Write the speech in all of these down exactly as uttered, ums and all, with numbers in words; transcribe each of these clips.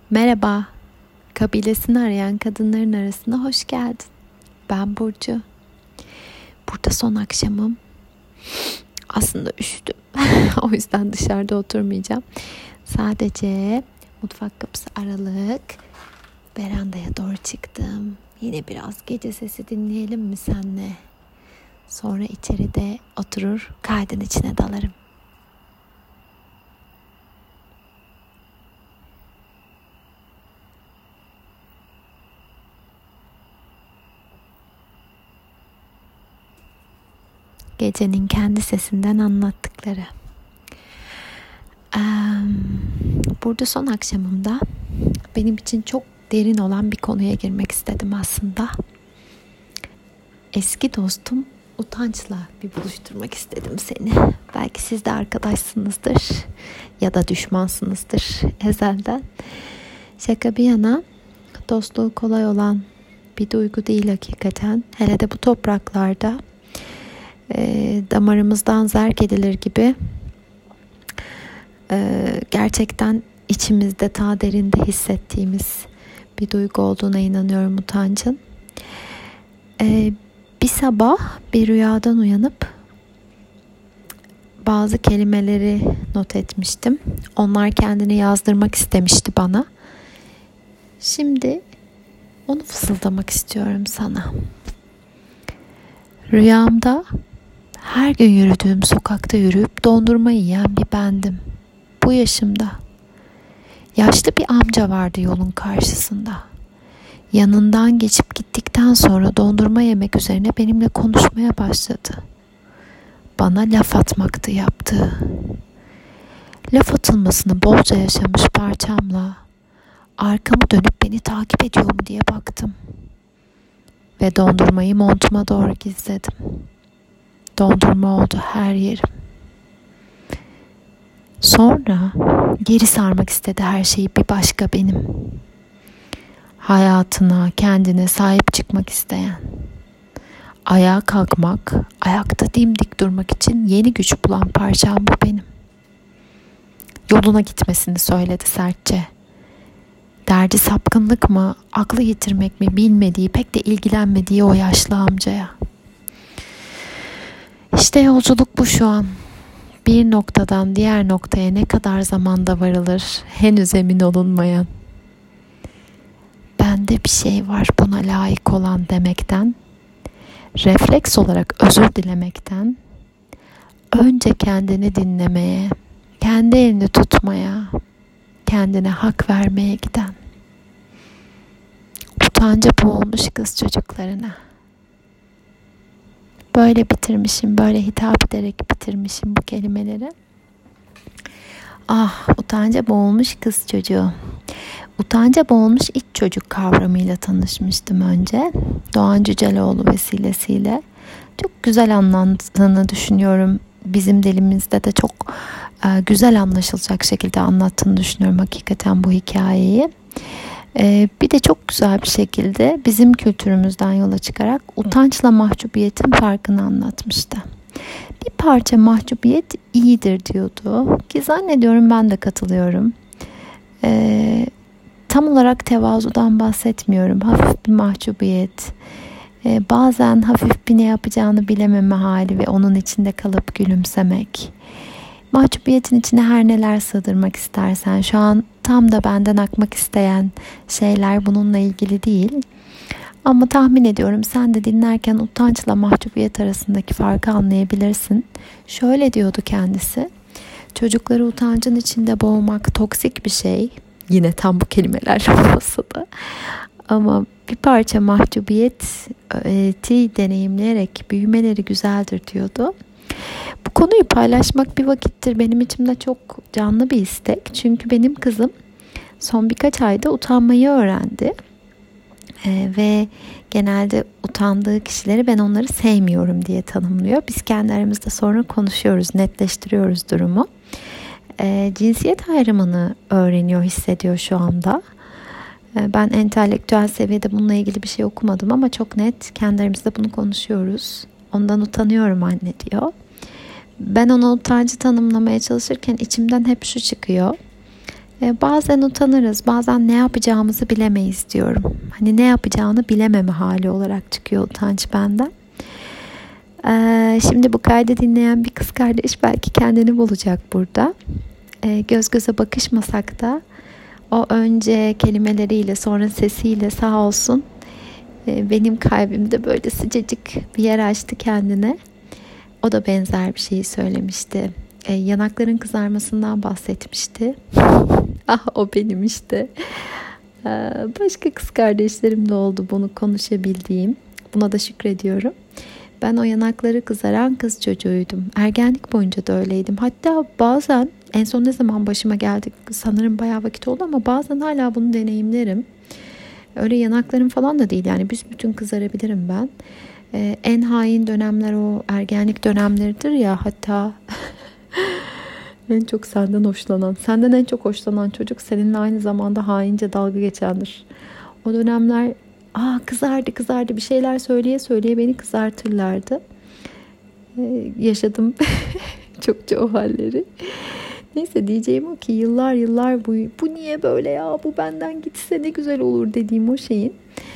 Merhaba, kabilesini arayan kadınların arasına hoş geldin. Ben Burcu. Burada son akşamım. Aslında üşüdüm. O yüzden dışarıda oturmayacağım. Sadece mutfak kapısı aralık. Verandaya doğru çıktım. Yine biraz gece sesi dinleyelim mi senle? Sonra içeride oturur kaydın içine dalarım. Gecenin kendi sesinden anlattıkları. Ee, burada son akşamımda benim için çok derin olan bir konuya girmek istedim aslında. Eski dostum Utanç'la bir buluşturmak istedim seni. Belki siz de arkadaşsınızdır ya da düşmansınızdır ezelden. Şaka bir yana, dostluğu kolay olan bir duygu değil hakikaten. Hele de bu topraklarda E, damarımızdan zerk edilir gibi e, gerçekten içimizde ta derinde hissettiğimiz bir duygu olduğuna inanıyorum utancın. E, bir sabah bir rüyadan uyanıp bazı kelimeleri not etmiştim. Onlar kendini yazdırmak istemişti bana. Şimdi onu fısıldamak istiyorum sana. Rüyamda her gün yürüdüğüm sokakta yürüyüp dondurma yiyen bir bendim. Bu yaşımda. Yaşlı bir amca vardı yolun karşısında. Yanından geçip gittikten sonra dondurma yemek üzerine benimle konuşmaya başladı. Bana laf atmaktı yaptığı. Laf atılmasını bolca yaşamış parçamla arkamı dönüp beni takip ediyor mu diye baktım. Ve dondurmayı montuma doğru gizledim. Dondurma oldu her yerim. Sonra geri sarmak istedi her şeyi bir başka benim. Hayatına, kendine sahip çıkmak isteyen. Ayağa kalkmak, ayakta dimdik durmak için yeni güç bulan parçam bu benim. Yoluna gitmesini söyledi sertçe. Derdi sapkınlık mı, aklı yitirmek mi bilmediği, pek de ilgilenmediği o yaşlı amcaya. İşte yolculuk bu şu an. Bir noktadan diğer noktaya ne kadar zamanda varılır henüz emin olunmayan. Bende bir şey var buna layık olan demekten, refleks olarak özür dilemekten, önce kendini dinlemeye, kendi elini tutmaya, kendine hak vermeye giden. Utanca boğulmuş kız çocuklarına. Böyle bitirmişim, böyle hitap ederek bitirmişim bu kelimeleri. Ah, utanca boğulmuş kız çocuğu. Utanca boğulmuş iç çocuk kavramıyla tanışmıştım önce. Doğan Cüceloğlu vesilesiyle. Çok güzel anlattığını düşünüyorum. Bizim dilimizde de çok e, güzel anlaşılacak şekilde anlattığını düşünüyorum hakikaten bu hikayeyi. Ee, bir de çok güzel bir şekilde bizim kültürümüzden yola çıkarak utançla mahcubiyetin farkını anlatmıştı. Bir parça mahcubiyet iyidir diyordu ki zannediyorum ben de katılıyorum. Ee, tam olarak tevazudan bahsetmiyorum. Hafif bir mahcubiyet, ee, bazen hafif bir ne yapacağını bilememe hali ve onun içinde kalıp gülümsemek. Mahcubiyetin içine her neler sığdırmak istersen, şu an tam da benden akmak isteyen şeyler bununla ilgili değil. Ama tahmin ediyorum sen de dinlerken utançla mahcubiyet arasındaki farkı anlayabilirsin. Şöyle diyordu kendisi. Çocukları utancın içinde boğmak toksik bir şey. Yine tam bu kelimeler olmasa da. Ama bir parça mahcubiyeti deneyimleyerek büyümeleri güzeldir diyordu. Bu konuyu paylaşmak bir vakittir benim içimde çok canlı bir istek. Çünkü benim kızım son birkaç ayda utanmayı öğrendi. Ee, ve genelde utandığı kişileri ben onları sevmiyorum diye tanımlıyor. Biz kendi aramızda sonra konuşuyoruz, netleştiriyoruz durumu. Ee, cinsiyet ayrımını öğreniyor, hissediyor şu anda. Ee, ben entelektüel seviyede bununla ilgili bir şey okumadım ama çok net kendi aramızda bunu konuşuyoruz. Ondan utanıyorum anne diyor. Ben ona utancı tanımlamaya çalışırken içimden hep şu çıkıyor. E, bazen utanırız, bazen ne yapacağımızı bilemeyiz diyorum. Hani ne yapacağını bilememe hali olarak çıkıyor utanç benden. E, şimdi bu kaydı dinleyen bir kız kardeş belki kendini bulacak burada. E, göz göze bakışmasak da o önce kelimeleriyle sonra sesiyle sağ olsun e, benim kalbimde böyle sıcacık bir yer açtı kendine. O da benzer bir şeyi söylemişti. E, yanakların kızarmasından bahsetmişti. Ah o benim işte. E, başka kız kardeşlerim de oldu bunu konuşabildiğim. Buna da şükrediyorum. Ben o yanakları kızaran kız çocuğuydum. Ergenlik boyunca da öyleydim. Hatta bazen en son ne zaman başıma geldi sanırım bayağı vakit oldu ama bazen hala bunu deneyimlerim. Öyle yanaklarım falan da değil yani büsbütün kızarabilirim ben. Ee, en hain dönemler o ergenlik dönemleridir ya hatta en çok senden hoşlanan, senden en çok hoşlanan çocuk seninle aynı zamanda haince dalga geçendir. O dönemler aa kızardı kızardı bir şeyler söyleye söyleye beni kızartırlardı. Ee, yaşadım çokça o halleri. Neyse diyeceğim o ki yıllar yıllar bu bu niye böyle ya bu benden gitse ne güzel olur dediğim o şeyin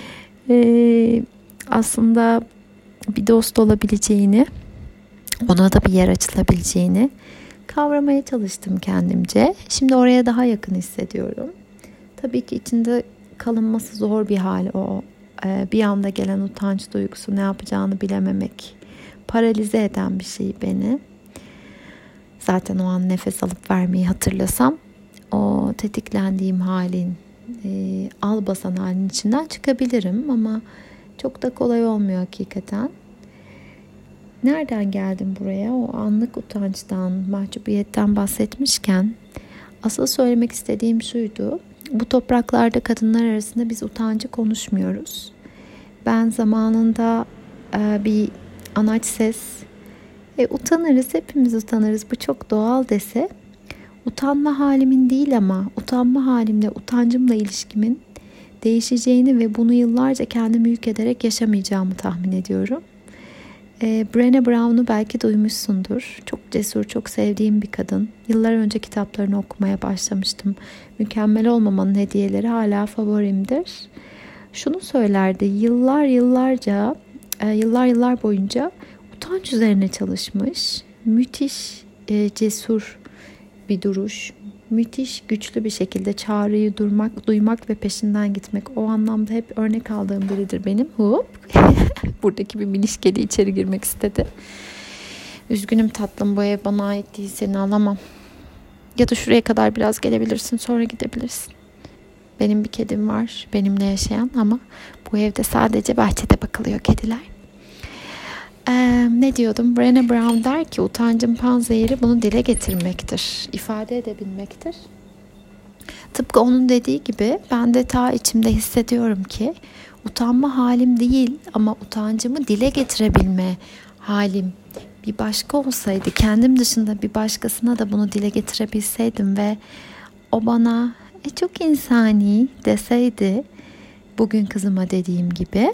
ee, aslında bir dost olabileceğini, ona da bir yer açılabileceğini kavramaya çalıştım kendimce. Şimdi oraya daha yakın hissediyorum. Tabii ki içinde kalınması zor bir hal o. Ee, bir anda gelen utanç duygusu, ne yapacağını bilememek, paralize eden bir şey beni. Zaten o an nefes alıp vermeyi hatırlasam o tetiklendiğim halin, e, al basan halin içinden çıkabilirim ama çok da kolay olmuyor hakikaten. Nereden geldim buraya? O anlık utançtan, mahcubiyetten bahsetmişken asıl söylemek istediğim şuydu. Bu topraklarda kadınlar arasında biz utancı konuşmuyoruz. Ben zamanında e, bir anaç ses e, utanırız, hepimiz utanırız, bu çok doğal dese, utanma halimin değil ama utanma halimle utancımla ilişkimin değişeceğini ve bunu yıllarca kendimi yük ederek yaşamayacağımı tahmin ediyorum. E, Brené Brown'u belki duymuşsundur. Çok cesur, çok sevdiğim bir kadın. Yıllar önce kitaplarını okumaya başlamıştım. Mükemmel olmamanın hediyeleri hala favorimdir. Şunu söylerdi, yıllar yıllarca, e, yıllar yıllar boyunca utanç üzerine çalışmış. Müthiş e, cesur bir duruş. Müthiş güçlü bir şekilde çağrıyı durmak, duymak ve peşinden gitmek. O anlamda hep örnek aldığım biridir benim. Hop. Buradaki bir miniş kedi içeri girmek istedi. Üzgünüm tatlım, bu ev bana ait değil, seni alamam. Ya da şuraya kadar biraz gelebilirsin, sonra gidebilirsin. Benim bir kedim var, benimle yaşayan, ama bu evde sadece bahçede bakılıyor kediler. Ee, ne diyordum? Brené Brown der ki utancın panzehiri bunu dile getirmektir, ifade edebilmektir. Tıpkı onun dediği gibi ben de ta içimde hissediyorum ki utanma halim değil ama utancımı dile getirebilme halim bir başka olsaydı, kendim dışında bir başkasına da bunu dile getirebilseydim ve o bana e, çok insani deseydi, bugün kızıma dediğim gibi,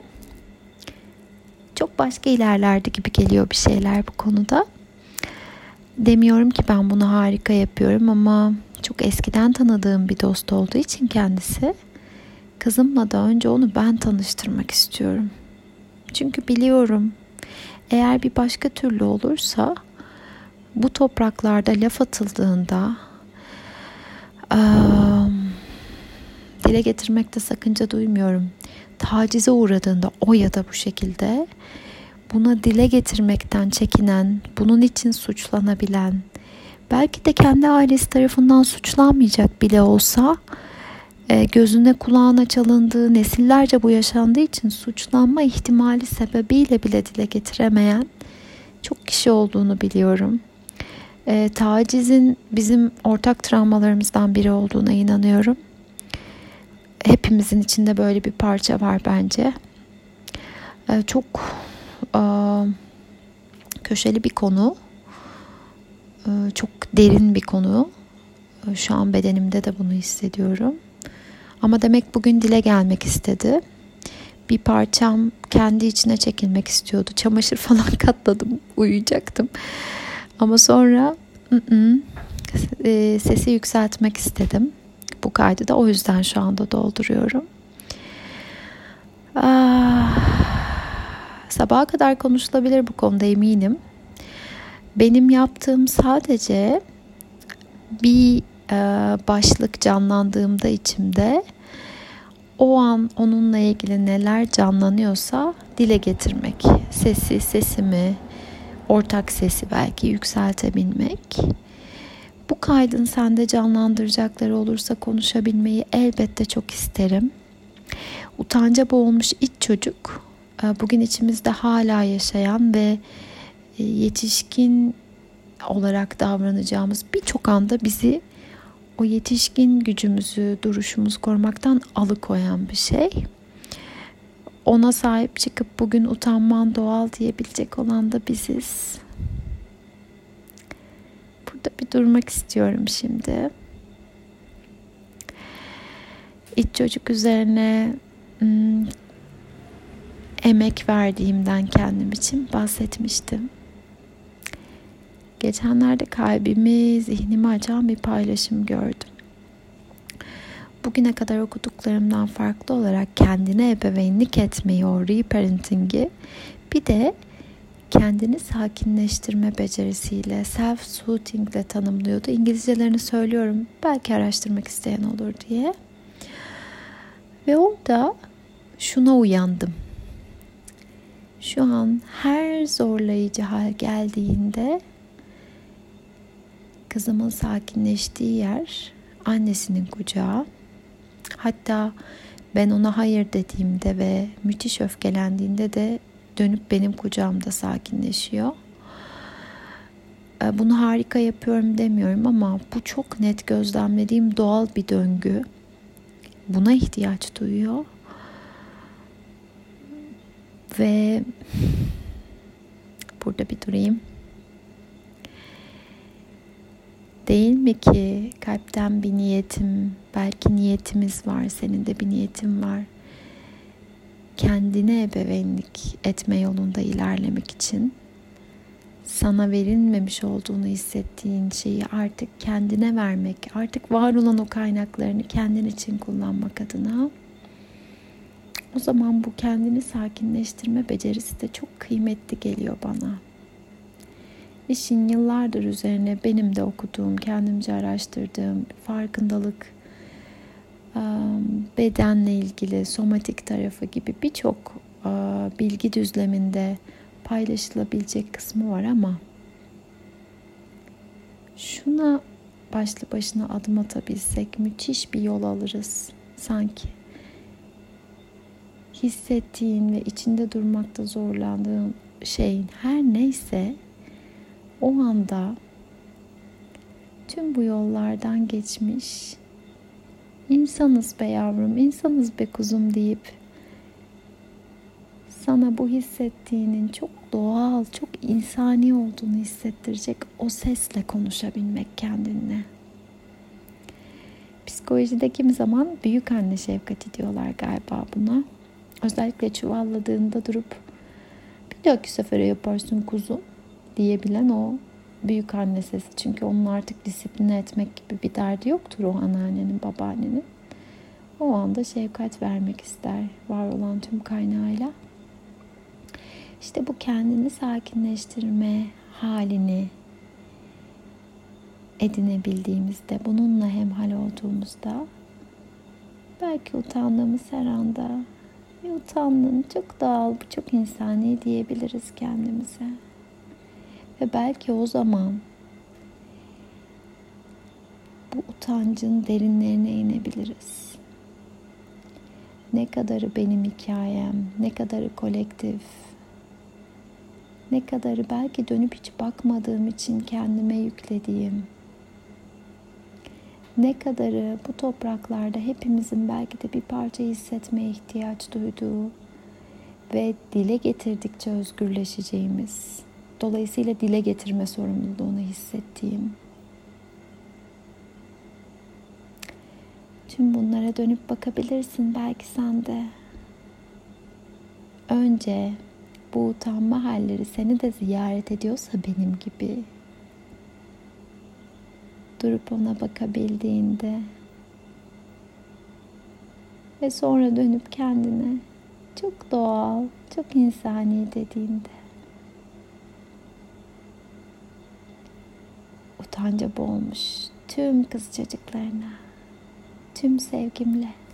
çok başka ilerlerdi gibi geliyor bir şeyler bu konuda. Demiyorum ki ben bunu harika yapıyorum ama çok eskiden tanıdığım bir dost olduğu için kendisi, kızımla da önce onu ben tanıştırmak istiyorum. Çünkü biliyorum, eğer bir başka türlü olursa bu topraklarda laf atıldığında ıı, dile getirmekte sakınca duymuyorum. Tacize uğradığında o ya da bu şekilde buna dile getirmekten çekinen, bunun için suçlanabilen, belki de kendi ailesi tarafından suçlanmayacak bile olsa e, gözüne kulağına çalındığı, nesillerce bu yaşandığı için suçlanma ihtimali sebebiyle bile dile getiremeyen çok kişi olduğunu biliyorum. E, tacizin bizim ortak travmalarımızdan biri olduğuna inanıyorum. Hepimizin içinde böyle bir parça var bence. E, çok e, köşeli bir konu. E, çok derin bir konu. E, şu an bedenimde de bunu hissediyorum. Ama demek bugün dile gelmek istedi. Bir parçam kendi içine çekilmek istiyordu. Çamaşır falan katladım. Uyuyacaktım. Ama sonra ı-ı, e, sesi yükseltmek istedim. Bu kaydı da o yüzden şu anda dolduruyorum. Ah, sabaha kadar konuşulabilir bu konuda, eminim. Benim yaptığım sadece bir e, başlık canlandığımda içimde o an onunla ilgili neler canlanıyorsa dile getirmek. Sesi, sesimi, ortak sesi belki yükseltebilmek. Bu kaydın sende canlandıracakları olursa konuşabilmeyi elbette çok isterim. Utanca boğulmuş iç çocuk, bugün içimizde hala yaşayan ve yetişkin olarak davranacağımız birçok anda bizi o yetişkin gücümüzü, duruşumuzu korumaktan alıkoyan bir şey. Ona sahip çıkıp bugün utanman doğal diyebilecek olan da biziz. Burada bir durmak istiyorum şimdi. İç çocuk üzerine hmm, emek verdiğimden kendim için bahsetmiştim. Geçenlerde kalbimi, zihnimi açan bir paylaşım gördüm. Bugüne kadar okuduklarımdan farklı olarak kendine ebeveynlik etmeyi, o reparenting'i, bir de kendini sakinleştirme becerisiyle, self-soothing ile tanımlıyordu. İngilizcelerini söylüyorum, belki araştırmak isteyen olur diye. Ve orada şuna uyandım. Şu an her zorlayıcı hal geldiğinde kızımın sakinleştiği yer annesinin kucağı. Hatta ben ona hayır dediğimde ve müthiş öfkelendiğinde de dönüp benim kucağımda sakinleşiyor. Bunu harika yapıyorum demiyorum ama bu çok net gözlemlediğim doğal bir döngü. Buna ihtiyaç duyuyor. Ve burada bir durayım. Değil mi ki kalpten bir niyetim, belki niyetimiz var, senin de bir niyetin var. Kendine ebeveynlik etme yolunda ilerlemek için sana verilmemiş olduğunu hissettiğin şeyi artık kendine vermek, artık var olan o kaynaklarını kendin için kullanmak adına. O zaman bu kendini sakinleştirme becerisi de çok kıymetli geliyor bana. İşin yıllardır üzerine benim de okuduğum, kendimce araştırdığım farkındalık, bedenle ilgili somatik tarafı gibi birçok bilgi düzleminde paylaşılabilecek kısmı var ama şuna başlı başına adım atabilsek müthiş bir yol alırız sanki. Hissettiğin ve içinde durmakta zorlandığın şeyin her neyse o anda tüm bu yollardan geçmiş, insanız be yavrum, insanız be kuzum deyip sana bu hissettiğinin çok doğal, çok insani olduğunu hissettirecek o sesle konuşabilmek kendinle. Psikolojide kimi zaman büyük anne şefkati diyorlar galiba buna. Özellikle çuvalladığında durup bir dahaki sefere yaparsın kuzum diyebilen o büyük anne sesi. Çünkü onun artık disipline etmek gibi bir derdi yoktur o anneannenin, babaannenin. O anda şefkat vermek ister var olan tüm kaynağıyla. İşte bu kendini sakinleştirme halini edinebildiğimizde, bununla hemhal olduğumuzda belki utandığımız her anda bir utandın, çok doğal, bu çok insani diyebiliriz kendimize. Ve belki o zaman bu utancın derinlerine inebiliriz. Ne kadarı benim hikayem, ne kadarı kolektif, ne kadarı belki dönüp hiç bakmadığım için kendime yüklediğim, ne kadarı bu topraklarda hepimizin belki de bir parça hissetmeye ihtiyaç duyduğu ve dile getirdikçe özgürleşeceğimiz, dolayısıyla dile getirme sorumluluğunu hissettiğim. Tüm bunlara dönüp bakabilirsin belki sen de. Önce bu utanma halleri seni de ziyaret ediyorsa benim gibi, durup ona bakabildiğinde ve sonra dönüp kendine çok doğal, çok insani dediğinde utanca boğulmuş tüm kız çocuklarına tüm sevgimle